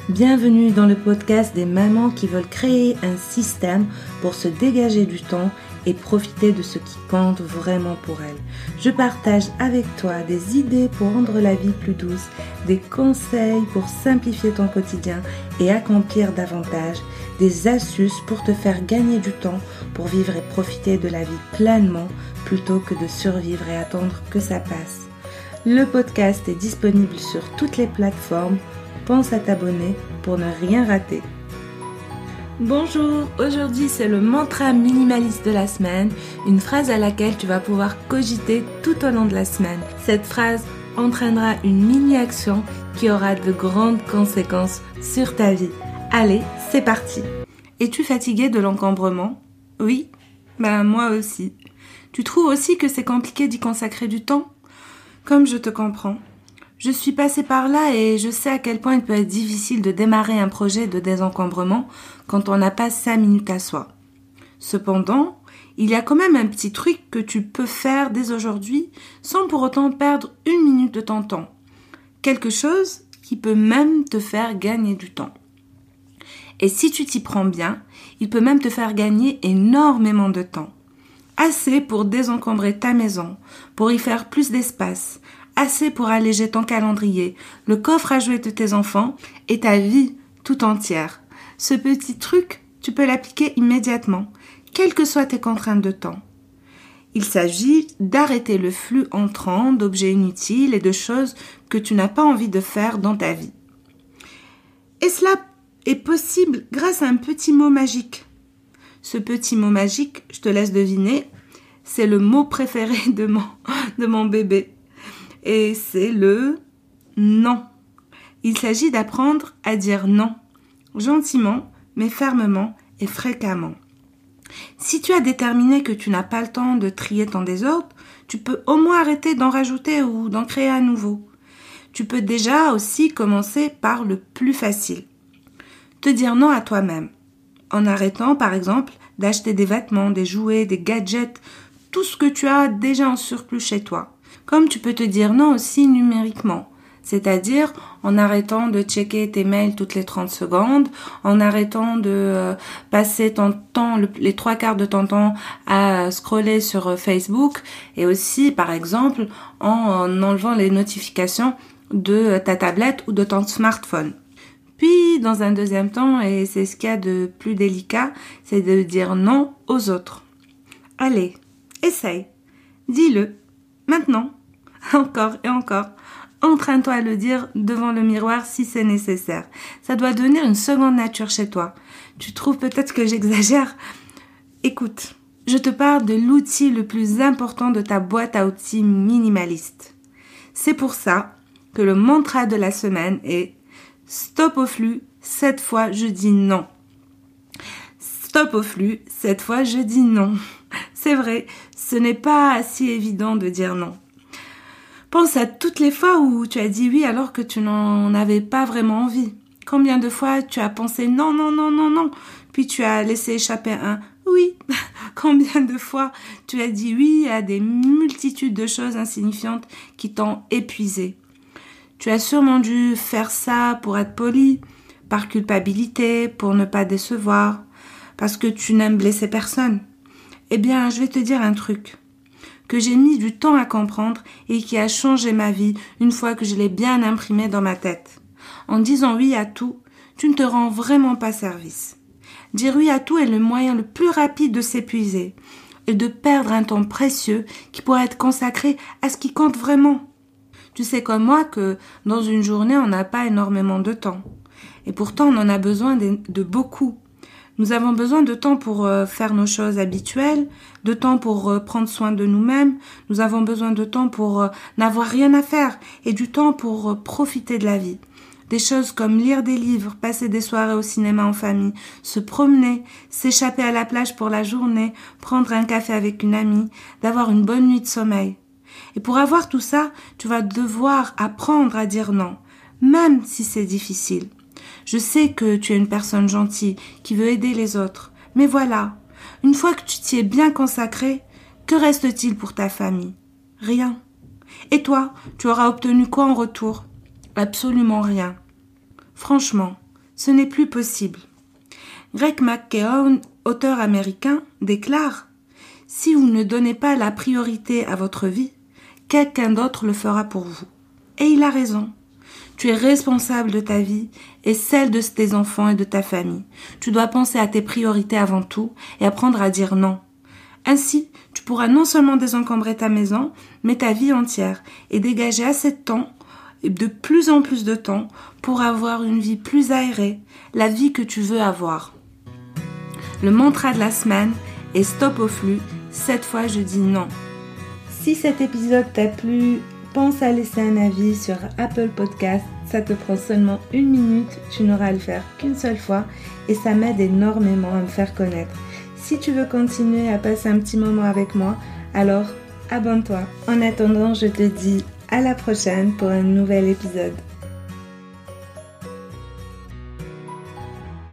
Bienvenue dans le podcast des mamans qui veulent créer un système pour se dégager du temps et profiter de ce qui compte vraiment pour elles. Je partage avec toi des idées pour rendre la vie plus douce, des conseils pour simplifier ton quotidien et accomplir davantage, des astuces pour te faire gagner du temps pour vivre et profiter de la vie pleinement plutôt que de survivre et attendre que ça passe. Le podcast est disponible sur toutes les plateformes. Pense à t'abonner pour ne rien rater. Bonjour, aujourd'hui c'est le mantra minimaliste de la semaine, une phrase à laquelle tu vas pouvoir cogiter tout au long de la semaine. Cette phrase entraînera une mini-action qui aura de grandes conséquences sur ta vie. Allez, c'est parti. Es-tu fatigué de l'encombrement ? Oui, moi aussi. Tu trouves aussi que c'est compliqué d'y consacrer du temps ? Comme je te comprends. Je suis passée par là et je sais à quel point il peut être difficile de démarrer un projet de désencombrement quand on n'a pas 5 minutes à soi. Cependant, il y a quand même un petit truc que tu peux faire dès aujourd'hui sans pour autant perdre 1 minute de ton temps. Quelque chose qui peut même te faire gagner du temps. Et si tu t'y prends bien, il peut même te faire gagner énormément de temps. Assez pour désencombrer ta maison, pour y faire plus d'espace, assez pour alléger ton calendrier, le coffre à jouets de tes enfants et ta vie tout entière. Ce petit truc, tu peux l'appliquer immédiatement, quelles que soient tes contraintes de temps. Il s'agit d'arrêter le flux entrant d'objets inutiles et de choses que tu n'as pas envie de faire dans ta vie. Et cela est possible grâce à un petit mot magique. Ce petit mot magique, je te laisse deviner, c'est le mot préféré de mon bébé. Et c'est le non. Il s'agit d'apprendre à dire non, gentiment, mais fermement et fréquemment. Si tu as déterminé que tu n'as pas le temps de trier ton désordre, tu peux au moins arrêter d'en rajouter ou d'en créer à nouveau. Tu peux déjà aussi commencer par le plus facile. Te dire non à toi-même. En arrêtant, par exemple, d'acheter des vêtements, des jouets, des gadgets, tout ce que tu as déjà en surplus chez toi. Comme tu peux te dire non aussi numériquement, c'est-à-dire en arrêtant de checker tes mails toutes les 30 secondes, en arrêtant de passer ton temps, les 3/4 de ton temps à scroller sur Facebook, et aussi, par exemple, en enlevant les notifications de ta tablette ou de ton smartphone. Puis, dans un deuxième temps, et c'est ce qu'il y a de plus délicat, c'est de dire non aux autres. Allez, essaye, dis-le, maintenant, encore et encore. Entraîne-toi à le dire devant le miroir si c'est nécessaire. Ça doit devenir une seconde nature chez toi. Tu trouves peut-être que j'exagère ? Écoute, je te parle de l'outil le plus important de ta boîte à outils minimaliste. C'est pour ça que le mantra de la semaine est « Stop au flux, cette fois je dis non ». Stop au flux, cette fois je dis non. C'est vrai, ce n'est pas si évident de dire non. Pense à toutes les fois où tu as dit oui alors que tu n'en avais pas vraiment envie. Combien de fois tu as pensé non, puis tu as laissé échapper un oui. Combien de fois tu as dit oui à des multitudes de choses insignifiantes qui t'ont épuisé. Tu as sûrement dû faire ça pour être poli, par culpabilité, pour ne pas décevoir, parce que tu n'aimes blesser personne. Eh bien, je vais te dire un truc que j'ai mis du temps à comprendre et qui a changé ma vie une fois que je l'ai bien imprimé dans ma tête. En disant oui à tout, tu ne te rends vraiment pas service. Dire oui à tout est le moyen le plus rapide de s'épuiser et de perdre un temps précieux qui pourrait être consacré à ce qui compte vraiment. Tu sais comme moi que dans une journée, on n'a pas énormément de temps. Et pourtant, on en a besoin de beaucoup. Nous avons besoin de temps pour faire nos choses habituelles, de temps pour prendre soin de nous-mêmes, nous avons besoin de temps pour n'avoir rien à faire et du temps pour profiter de la vie. Des choses comme lire des livres, passer des soirées au cinéma en famille, se promener, s'échapper à la plage pour la journée, prendre un café avec une amie, d'avoir une bonne nuit de sommeil. Et pour avoir tout ça, tu vas devoir apprendre à dire non, même si c'est difficile. Je sais que tu es une personne gentille, qui veut aider les autres. Mais voilà, une fois que tu t'y es bien consacré, que reste-t-il pour ta famille ? Rien. Et toi, tu auras obtenu quoi en retour ? Absolument rien. Franchement, Ce n'est plus possible. Greg McKeown, auteur américain, déclare « Si vous ne donnez pas la priorité à votre vie, quelqu'un d'autre le fera pour vous. » Et il a raison. Tu es responsable de ta vie et celle de tes enfants et de ta famille. Tu dois penser à tes priorités avant tout et apprendre à dire non. Ainsi, tu pourras non seulement désencombrer ta maison, mais ta vie entière et dégager assez de temps, et de plus en plus de temps, pour avoir une vie plus aérée, la vie que tu veux avoir. Le mantra de la semaine est stop au flux, cette fois je dis non. Si cet épisode t'a plu, pense à laisser un avis sur Apple Podcast, ça te prend seulement 1 minute, tu n'auras à le faire qu'une seule fois et ça m'aide énormément à me faire connaître. Si tu veux continuer à passer un petit moment avec moi, alors abonne-toi. En attendant, je te dis à la prochaine pour un nouvel épisode.